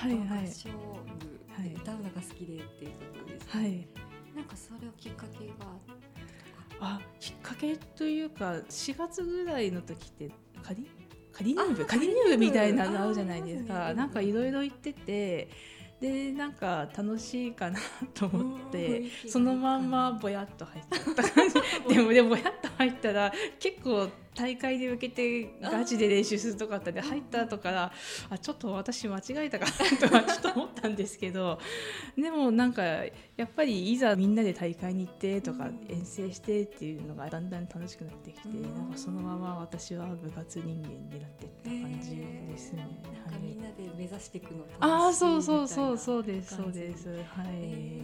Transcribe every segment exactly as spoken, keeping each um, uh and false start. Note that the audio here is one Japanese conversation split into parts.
はいはい、 合唱部で歌うのが好きでっていうことですね、 はい、 なんかそれをきっかけがあ、きっかけというかしがつぐらいの時って仮仮入部仮入部みたいなのあるじゃないですか、ね、なんかいろいろ言ってて、でなんか楽しいかなと思ってそのまんまぼやっと入っちゃった感じでもでもぼやっと入ったら結構大会で向けてガチで練習するとかあったんで入った後からあちょっと私間違えたかなとはちょっと思ったんですけどでもなんかやっぱりいざみんなで大会に行ってとか遠征してっていうのがだんだん楽しくなってきてなんかそのまま私は部活人間になっていった感じですね。 なんかみんなで目指していくの楽しいみたいな、 な、 あそうそうそうそうですそうですはい。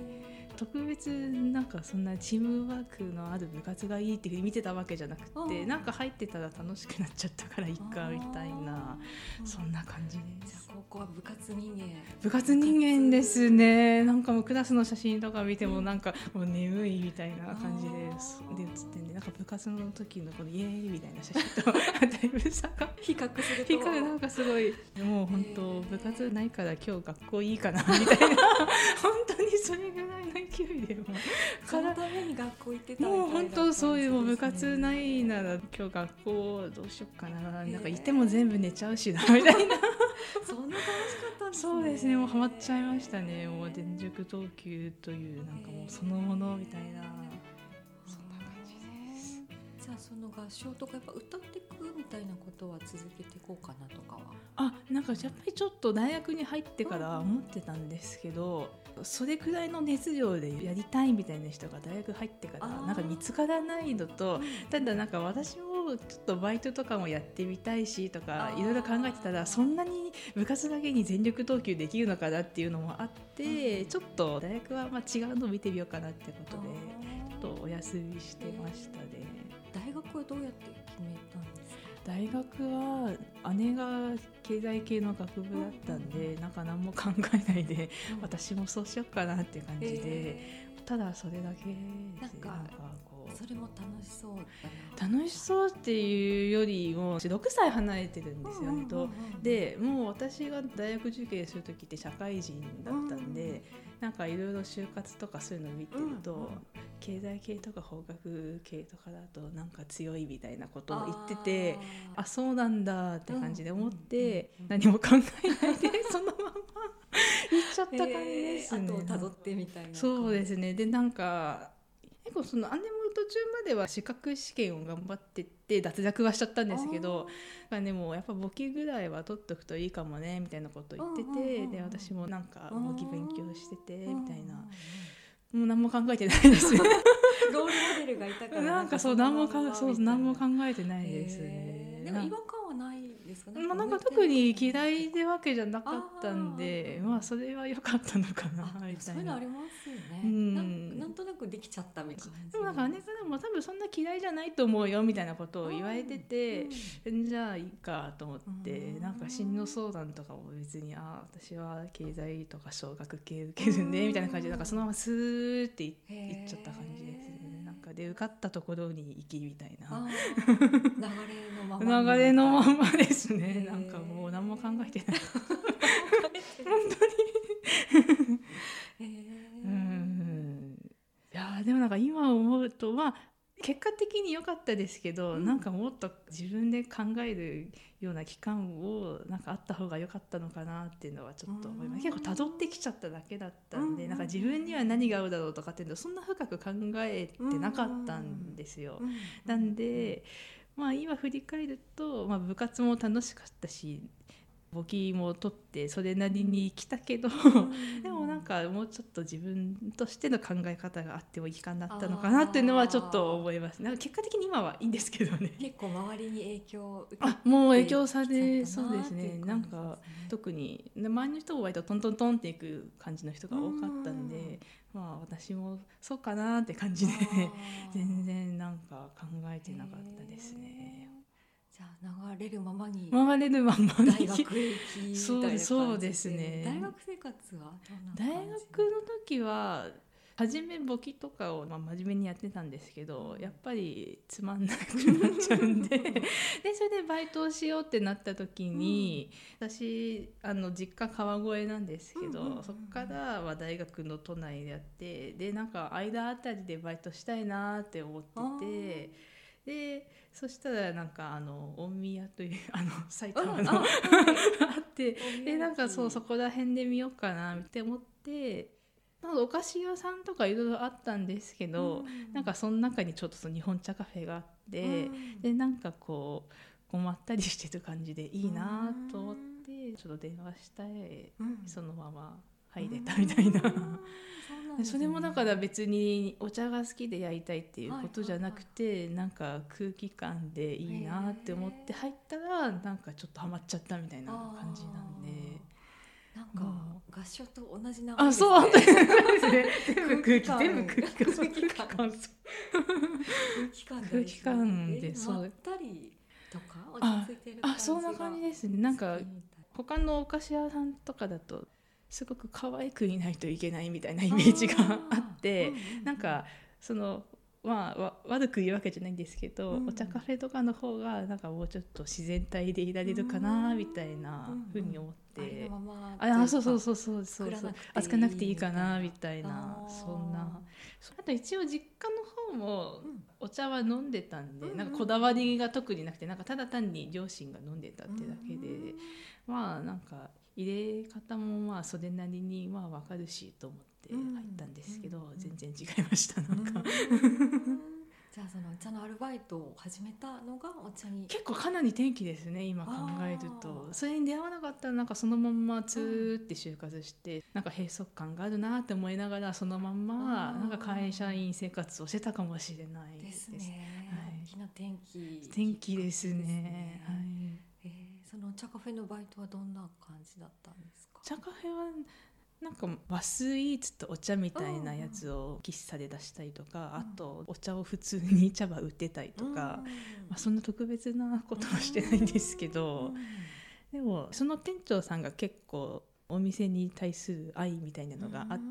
特別なんかそんなチームワークのある部活がいいって見てたわけじゃなくてなんか入ってたら楽しくなっちゃったからいっかみたいなそんな感じです。 高校は部活人間部活人間ですね。なんかもうクラスの写真とか見てもなんかもう眠いみたいな感じでで写ってんでなんか部活の時のこのイエーイみたいな写真とだいぶ差が比較すると比較なんかすごいもう本当部活ないから今日学校いいかなみたいな本当にそれぐらいの勢いでもそのために学校行ってたみたいな、 もう本当そういうもう部活ないなら今日学校どうしようかななんか行っても全部寝ちゃうしなみたいなそんな楽しかったんですね。 そうですねもうハマっちゃいましたね。もう全塾投球というなんかもうそのものみたいなそんな感じです。 じゃあその合唱とかやっぱ歌っていくみたいなことは続けていこうかなとかはあなんかやっぱりちょっと大学に入ってから思ってたんですけど、うん、それくらいの熱量でやりたいみたいな人が大学入ってからなんか見つからないのと、ただなんか私もちょっとバイトとかもやってみたいしとかいろいろ考えてたらそんなに部活だけに全力投球できるのかなっていうのもあって、うん、ちょっと大学はまあ違うのを見てみようかなってことでちょっとお休みしてましたね。 大学はどうやって決めたんですか？ 大学は姉が経済系の学部だったんで、うん、なんか何も考えないで、うん、私もそうしようかなって感じで、えー、ただそれだけなんか、なんかこうそれも楽しそうだな。楽しそうっていうよりもろくさい離れてるんですよね、うんうんうんうん、でもう私が大学受験する時って社会人だったんで、うんうん、なんかいろいろ就活とかそういうのを見てると、うんうん、経済系とか法学系とかだとなんか強いみたいなことを言ってて あ, あそうなんだって感じで思って、うんうんうん、何も考えないでそのまま行っちゃった感じですね。 後をたどってみたいな。 そうですね。でなんか結構その姉も途中までは資格試験を頑張ってって脱落はしちゃったんですけど、でもやっぱ簿記ぐらいは取っとくといいかもねみたいなことを言ってて、で私もなんか簿記勉強しててみたいな、もう何も考えてないですね。 ロールモデルがいたからなんかそう何もかそう何も考えてないですね。 でも違和感はないですかね。 まあ、なんか特に嫌いってわけじゃなかったんで、まあそれは良かったのかなみたいな。 そういうのありますよね。 うん、 なん、なんとなくできちゃったみたいな。 でもなんか姉からも多分そんな嫌いじゃないと思うよみたいなことを言われてて、うん、じゃあいいかと思って、うん、なんか進路相談とかも別にあ私は経済とか小学系受けるんでみたいな感じでなんかそのままスーっていっちゃった感じですね。なんかで受かったところに行きみたいな流れのまま流れのままですね。なんかもう何も考えてない本当にうんいやでもなんか今思うとまあ結果的に良かったですけど、うん、なんかもっと自分で考えるような期間をなんかあった方が良かったのかなっていうのはちょっと思います。結構辿ってきちゃっただけだったんで、うん、なんか自分には何が合うだろうとかっていうのをそんな深く考えてなかったんですよ。なんでまあ今振り返ると、まあ、部活も楽しかったし簿記も取ってそれなりに来たけど、うん、でもなんかもうちょっと自分としての考え方があってもいいかなったのかなっていうのはちょっと思います。なんか結果的に今はいいんですけどね。 結構周りに影響を受けてあもう影響されそうですね。なんか特に周りの人も割とトントントンっていく感じの人が多かったんで、うん、まあ私もそうかなって感じで全然なんか考えてなかったですね。 じゃあ流れるままに流れるままに大学へ行きみたいな感じでそうですね。 大学生活は大学の時は初め簿記とかをまあ真面目にやってたんですけど、やっぱりつまんなくなっちゃうんででそれでバイトをしようってなった時に、うん、私あの実家川越なんですけど、うんうんうんうん、そこからは大学の都内でやって、でなんか間あたりでバイトしたいなって思ってて、でそしたらなんかあの大宮というあの埼玉のあってでなんかそうそこら辺で見ようかなって思って、なんかお菓子屋さんとかいろいろあったんですけど、うん、なんかその中にちょっとその日本茶カフェがあって、うん、でなんかこうこうまったりしてる感じでいいなと思って、うん、ちょっと電話して、うん、そのまま入れたみたいな、うん、それもだから別にお茶が好きでやりたいっていうことじゃなくて、はいはいはい、なんか空気感でいいなって思って入ったらなんかちょっとハマっちゃったみたいな感じなんで、 なんか合唱と同じ名前ですね。 あ、そうですね。全部空気、全部空気感、 空気感、空気感、 空気感で、 そう。まったりとか落ち着いてる感じが。 あ、そんな感じですね。なんか他のお菓子屋さんとかだとすごく可愛くいないといけないみたいなイメージがあって、なんかその。まあ、悪く言うわけじゃないんですけど、うん、お茶カフェとかの方がなんかもうちょっと自然体でいられるかなみたいなふうに思って、うんうん、ああそうそうそうそうそう扱わなくていいかなみたいな、そんな。あと一応実家の方もお茶は飲んでたんで、うん、なんかこだわりが特になくて、なんかただ単に両親が飲んでたってだけで、うん、まあなんか入れ方もまあそれなりにまあ分かるしと思って入ったんですけど、うん、全然違いましたなんか、うん、 じゃあそのお茶のアルバイトを始めたのがお茶に結構かなり転機ですね今考えると。それに出会わなかったらなんかそのまんまツーって就活して、うん、なんか閉塞感があるなって思いながらそのまんまなんか会社員生活をしてたかもしれないですですね、はい、大きな転機転機ですね、はい。 えー、そのお茶カフェのバイトはどんな感じだったんですか？ お茶カフェはなんか和スイーツとお茶みたいなやつを喫茶で出したりとか、うん、あとお茶を普通に茶葉売ってたりとか、うんまあ、そんな特別なことはしてないんですけど、うん、でもその店長さんが結構お店に対する愛みたいなのがあって、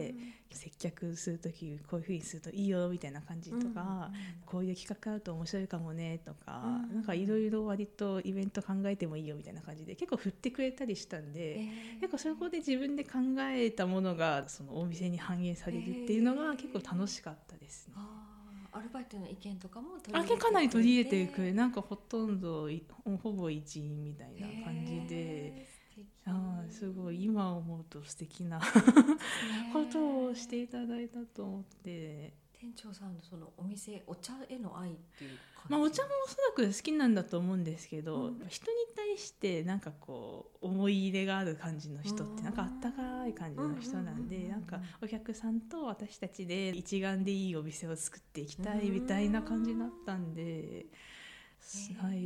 うん、接客するときこういう風にするといいよみたいな感じとか、うん、こういう企画あると面白いかもねとか、うん、なんかいろいろ割とイベント考えてもいいよみたいな感じで結構振ってくれたりしたんで、えー、結構そこで自分で考えたものがそのお店に反映されるっていうのが結構楽しかったですね。えーアルバイトの意見とかも取り入れてくれて、かなり取り入れてくれ、なんかほとんどほぼ一員みたいな感じで、あすごい今思うと素敵なことをしていただいたと思って、 店長さんのそのお店お茶への愛っていう感じ、 まあ、お茶もおそらく好きなんだと思うんですけど、うん、人に対してなんかこう思い入れがある感じの人ってなんかあったかい感じの人なんで、なんかお客さんと私たちで一丸でいいお店を作っていきたいみたいな感じだったんで、 えー、はい、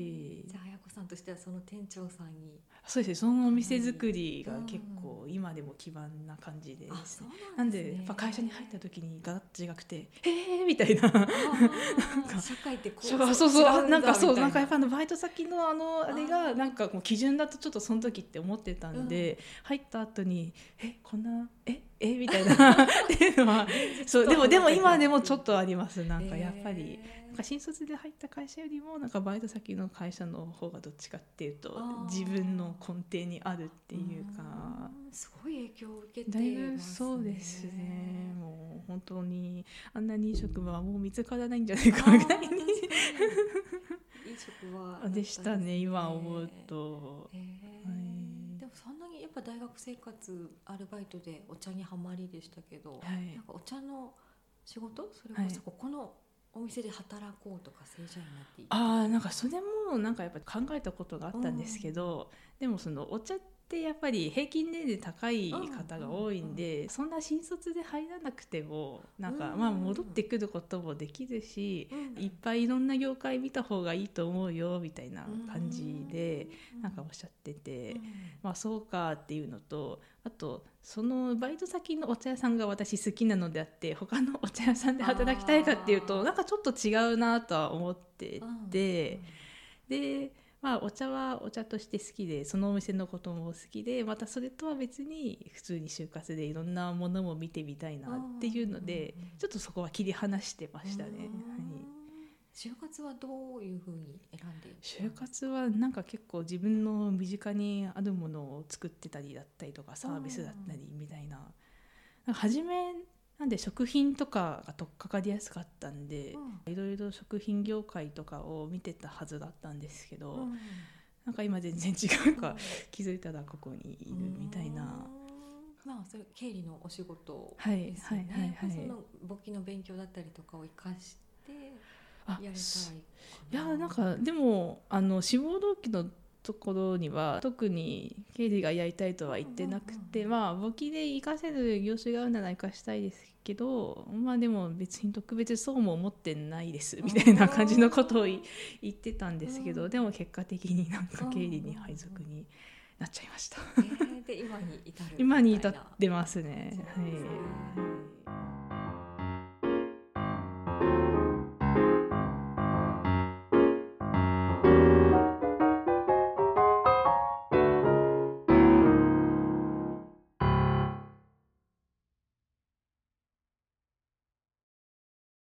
じゃあ彩子さんとしてはその店長さんにそうですね、そのお店作りが結構今でも基盤な感じです、ね、うん、なんでやっぱ会社に入った時にガラッと違くてへーみたいななんか社会ってこうそうそうそうなんかそうなんかやっぱあのバイト先のあのあれがなんかもう基準だとちょっとその時って思ってたんで、うん、入った後にえこんなええみたいなっていうのはそうでもでも今でもちょっとあります。なんかやっぱり、えー、なんか新卒で入った会社よりもなんかバイト先の会社の方がどっちかっていうと自分の根底にあるっていうか、 すごい影響を受けてだいぶそうですね。もう本当にあんなにいい職場はもう見つからないんじゃないかみたいにいい職場でしたね今思うと、えーはいでもそんなにやっぱ大学生活アルバイトでお茶にはまりでしたけど、はい、なんかお茶の仕事それこそここのお店で働こうとか正社員になっていい、 ああなんかそれもなんかやっぱり考えたことがあったんですけど、うん、でもそのお茶ってやっぱり平均年齢高い方が多いんで、うんうん、そんな新卒で入らなくてもなんかまあ戻ってくることもできるし、うん、いっぱいいろんな業界見た方がいいと思うよみたいな感じでなんかおっしゃってて、うん、まあそうかっていうのと、あとそのバイト先のお茶屋さんが私好きなのであって他のお茶屋さんで働きたいかっていうとなんかちょっと違うなとは思ってて、うん、でまあ、お茶はお茶として好きでそのお店のことも好きで、またそれとは別に普通に就活でいろんなものも見てみたいなっていうので、ちょっとそこは切り離してましたね。はい、 就活はどういうふうに選んでいる？ 就活はなんか結構自分の身近にあるものを作ってたりだったりとかサービスだったりみたいな、なんか初めなんで食品とかが取っかかりやすかったんで、いろいろ食品業界とかを見てたはずだったんですけど、うん、なんか今全然違うか、うん、気づいたらここにいるみたいな。 まあそれ経理のお仕事ですよね。はいはいはいはい、その簿記の勉強だったりとかを生かしてやれたらいいかな。 いやなんかでもあの志望動機のところには特に経理がやりたいとは言ってなくて、うんうんうん、まあ簿記で活かせる業種があるなら活かしたいですけど、まあでも別に特別そうも思ってないですみたいな感じのことを言ってたんですけど、でも結果的になんか経理に配属になっちゃいました。 えー、で今に至る今に至ってますね。はい。